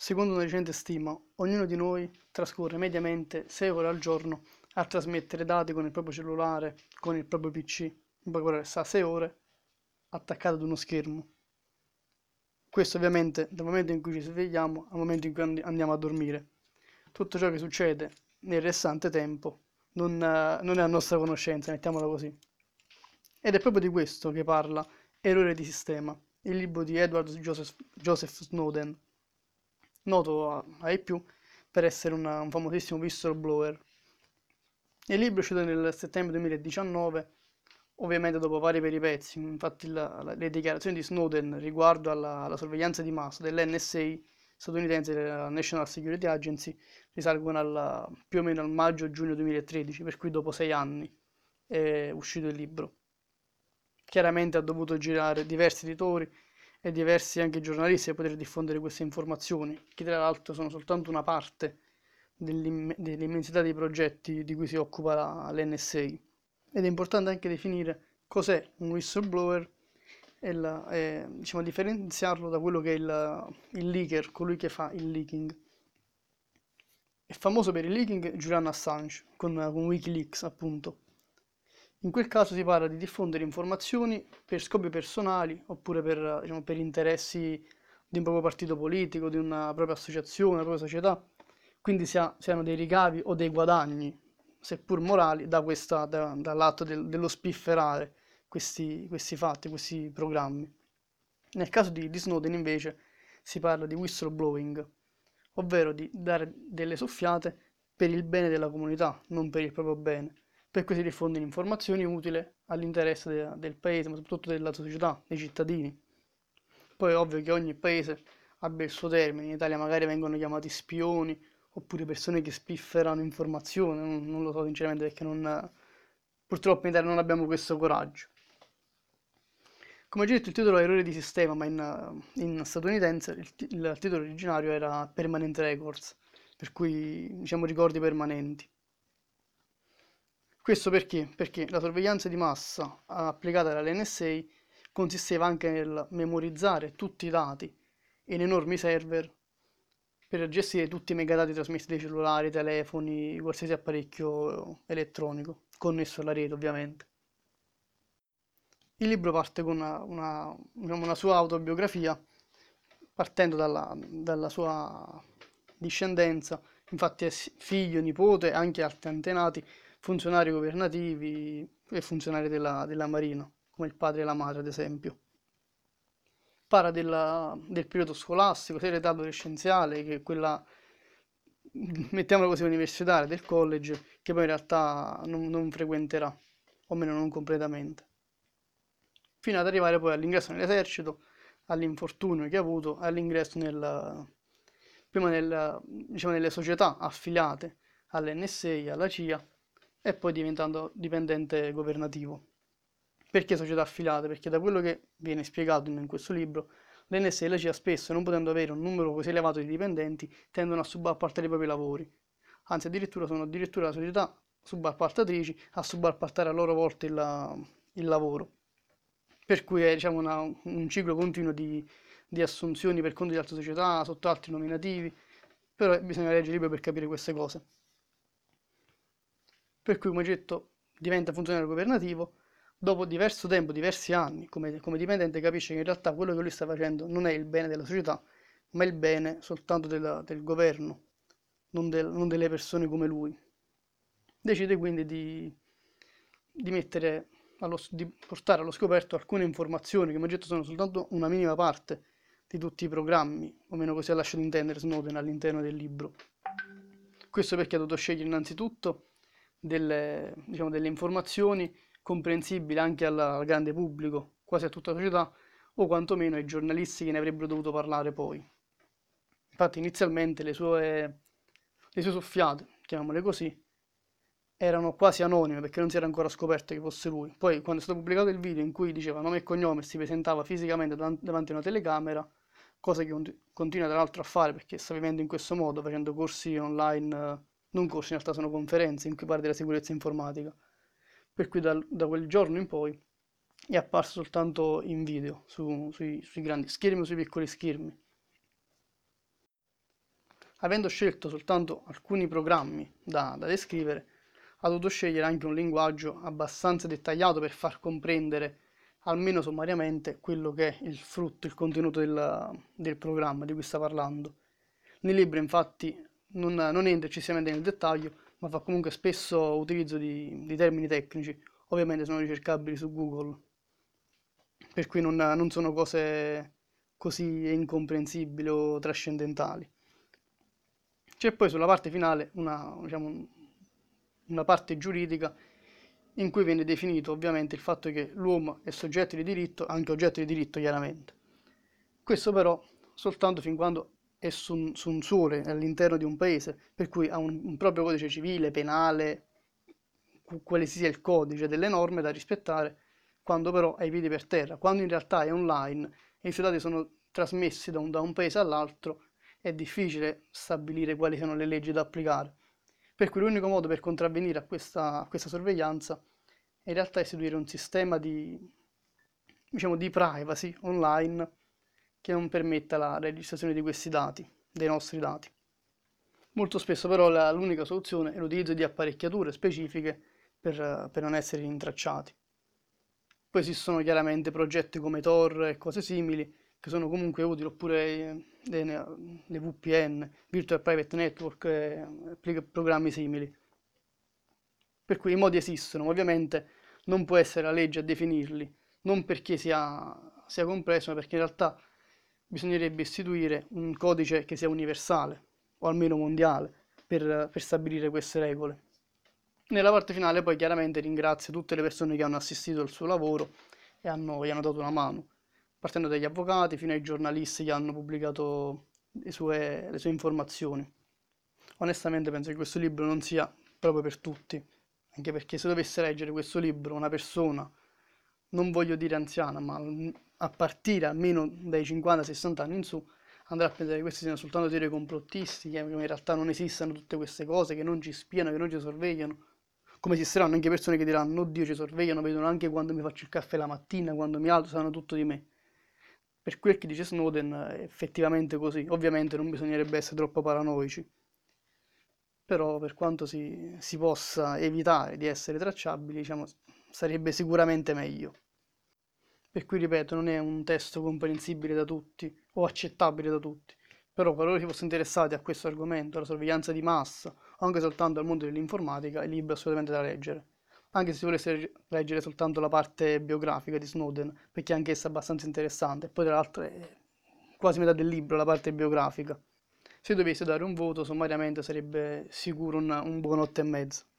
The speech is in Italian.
Secondo una recente stima, ognuno di noi trascorre mediamente 6 ore al giorno a trasmettere dati con il proprio cellulare, con il proprio PC. In poche parole, sta 6 ore attaccato ad uno schermo. Questo ovviamente dal momento in cui ci svegliamo al momento in cui andiamo a dormire. Tutto ciò che succede nel restante tempo non è a nostra conoscenza, mettiamola così. Ed è proprio di questo che parla Errore di sistema, il libro di Joseph Snowden, noto ai più per essere un famosissimo whistleblower. Il libro è uscito nel settembre 2019, ovviamente dopo vari peripezie. Infatti le dichiarazioni di Snowden riguardo alla sorveglianza di massa dell'NSA statunitense, la National Security Agency, risalgono più o meno al maggio-giugno 2013, per cui dopo 6 anni è uscito il libro. Chiaramente ha dovuto girare diversi editori e diversi anche giornalisti per poter diffondere queste informazioni, che tra l'altro sono soltanto una parte dell'immensità dei progetti di cui si occupa l'NSA. Ed è importante anche definire cos'è un whistleblower e diciamo, differenziarlo da quello che è il leaker, colui che fa il leaking. È famoso per il leaking Julian Assange, con Wikileaks appunto. In quel caso si parla di diffondere informazioni per scopi personali oppure diciamo, per interessi di un proprio partito politico, di una propria associazione, una propria società, quindi si hanno dei ricavi o dei guadagni, seppur morali, dall'atto dello spifferare questi fatti, questi programmi. Nel caso di Snowden invece si parla di whistleblowing, ovvero di dare delle soffiate per il bene della comunità, non per il proprio bene, per cui si diffondono informazioni utili all'interesse del paese, ma soprattutto della società, dei cittadini. Poi è ovvio che ogni paese abbia il suo termine, in Italia magari vengono chiamati spioni, oppure persone che spifferano informazioni, non lo so sinceramente perché purtroppo in Italia non abbiamo questo coraggio. Come già detto, il titolo è Errore di sistema, ma in statunitense il titolo originario era Permanent Records, per cui diciamo ricordi permanenti. Questo perché? Perché la sorveglianza di massa applicata dall'NSA consisteva anche nel memorizzare tutti i dati in enormi server per gestire tutti i megadati trasmessi dai cellulari, telefoni, qualsiasi apparecchio elettronico, connesso alla rete ovviamente. Il libro parte con diciamo, una sua autobiografia, partendo dalla sua discendenza, infatti è figlio, nipote e anche altri antenati, funzionari governativi e funzionari della Marina, come il padre e la madre ad esempio. Parla del periodo scolastico, sia l'età adolescenziale che quella, mettiamola così, universitaria, del college, che poi in realtà non frequenterà, o meno non completamente, fino ad arrivare poi all'ingresso nell'esercito, all'infortunio che ha avuto, all'ingresso prima diciamo, nelle società affiliate all'NSA, alla CIA e poi diventando dipendente governativo. Perché società affiliate? Perché da quello che viene spiegato in questo libro, l'NSA e la CIA spesso, non potendo avere un numero così elevato di dipendenti, tendono a subappaltare i propri lavori. Anzi, addirittura sono addirittura società subappaltatrici a subappaltare a loro volta il lavoro. Per cui è diciamo, un ciclo continuo di assunzioni per conto di altre società, sotto altri nominativi, però bisogna leggere il libro per capire queste cose. Per cui, come detto, diventa funzionario governativo, dopo diverso tempo, diversi anni, come dipendente, capisce che in realtà quello che lui sta facendo non è il bene della società, ma il bene soltanto del governo, non delle persone come lui. Decide quindi di portare allo scoperto alcune informazioni che, come detto, sono soltanto una minima parte di tutti i programmi, o meno così ha lasciato intendere Snowden all'interno del libro. Questo perché ha dovuto scegliere innanzitutto diciamo, delle informazioni comprensibili anche al grande pubblico, quasi a tutta la società, o quantomeno ai giornalisti che ne avrebbero dovuto parlare poi. Infatti inizialmente le sue soffiate, chiamiamole così, erano quasi anonime perché non si era ancora scoperto che fosse lui. Poi, quando è stato pubblicato il video in cui diceva nome e cognome e si presentava fisicamente davanti a una telecamera, cosa che continua tra l'altro a fare perché sta vivendo in questo modo, facendo corsi online, non corsi, in realtà sono conferenze in cui parla della sicurezza informatica. Per cui da quel giorno in poi è apparso soltanto in video, sui grandi schermi o sui piccoli schermi. avendo scelto soltanto alcuni programmi da descrivere, ha dovuto scegliere anche un linguaggio abbastanza dettagliato per far comprendere, almeno sommariamente, quello che è il frutto, il contenuto del programma di cui sta parlando. Nel libro, infatti, non entra eccessivamente nel dettaglio, ma fa comunque spesso utilizzo di termini tecnici, ovviamente sono ricercabili su Google, per cui non sono cose così incomprensibili o trascendentali. C'è poi sulla parte finale diciamo, una parte giuridica in cui viene definito ovviamente il fatto che l'uomo è soggetto di diritto, anche oggetto di diritto chiaramente. Questo però soltanto fin quando è su un sole all'interno di un paese, per cui ha un proprio codice civile, penale, quale sia il codice delle norme da rispettare, quando però è ai piedi per terra, quando in realtà è online e i suoi dati sono trasmessi da un paese all'altro, è difficile stabilire quali sono le leggi da applicare. Per cui l'unico modo per contravvenire a questa sorveglianza in realtà è istituire un sistema diciamo, di privacy online che non permetta la registrazione di questi dati, dei nostri dati. Molto spesso però l'unica soluzione è l'utilizzo di apparecchiature specifiche per non essere rintracciati. Poi esistono chiaramente progetti come Tor e cose simili che sono comunque utili, oppure le VPN, Virtual Private Network, e programmi simili. Per cui i modi esistono, ma ovviamente non può essere la legge a definirli, non perché sia complesso, ma perché in realtà bisognerebbe istituire un codice che sia universale, o almeno mondiale, per stabilire queste regole. Nella parte finale poi chiaramente ringrazio tutte le persone che hanno assistito al suo lavoro e gli hanno dato una mano, partendo dagli avvocati fino ai giornalisti che hanno pubblicato le sue informazioni. Onestamente penso che questo libro non sia proprio per tutti, anche perché se dovesse leggere questo libro una persona, non voglio dire anziana, ma a partire almeno dai 50-60 anni in su, andrà a pensare che questi siano soltanto teorie complottisti, che in realtà non esistano tutte queste cose, che non ci spiano, che non ci sorvegliano. Come esisteranno anche persone che diranno, oddio, ci sorvegliano, vedono anche quando mi faccio il caffè la mattina, quando mi alzo, sanno tutto di me. Per quel che dice Snowden è effettivamente così. Ovviamente non bisognerebbe essere troppo paranoici, però per quanto si possa evitare di essere tracciabili, diciamo, sarebbe sicuramente meglio. Per cui, ripeto, non è un testo comprensibile da tutti o accettabile da tutti, però qualora si fosse interessati a questo argomento, alla sorveglianza di massa o anche soltanto al mondo dell'informatica, il libro è assolutamente da leggere. Anche se si volesse leggere soltanto la parte biografica di Snowden, perché anche essa è abbastanza interessante, e poi tra l'altro è quasi metà del libro la parte biografica. Se dovessi dare un voto, sommariamente sarebbe sicuro un buon 8,5.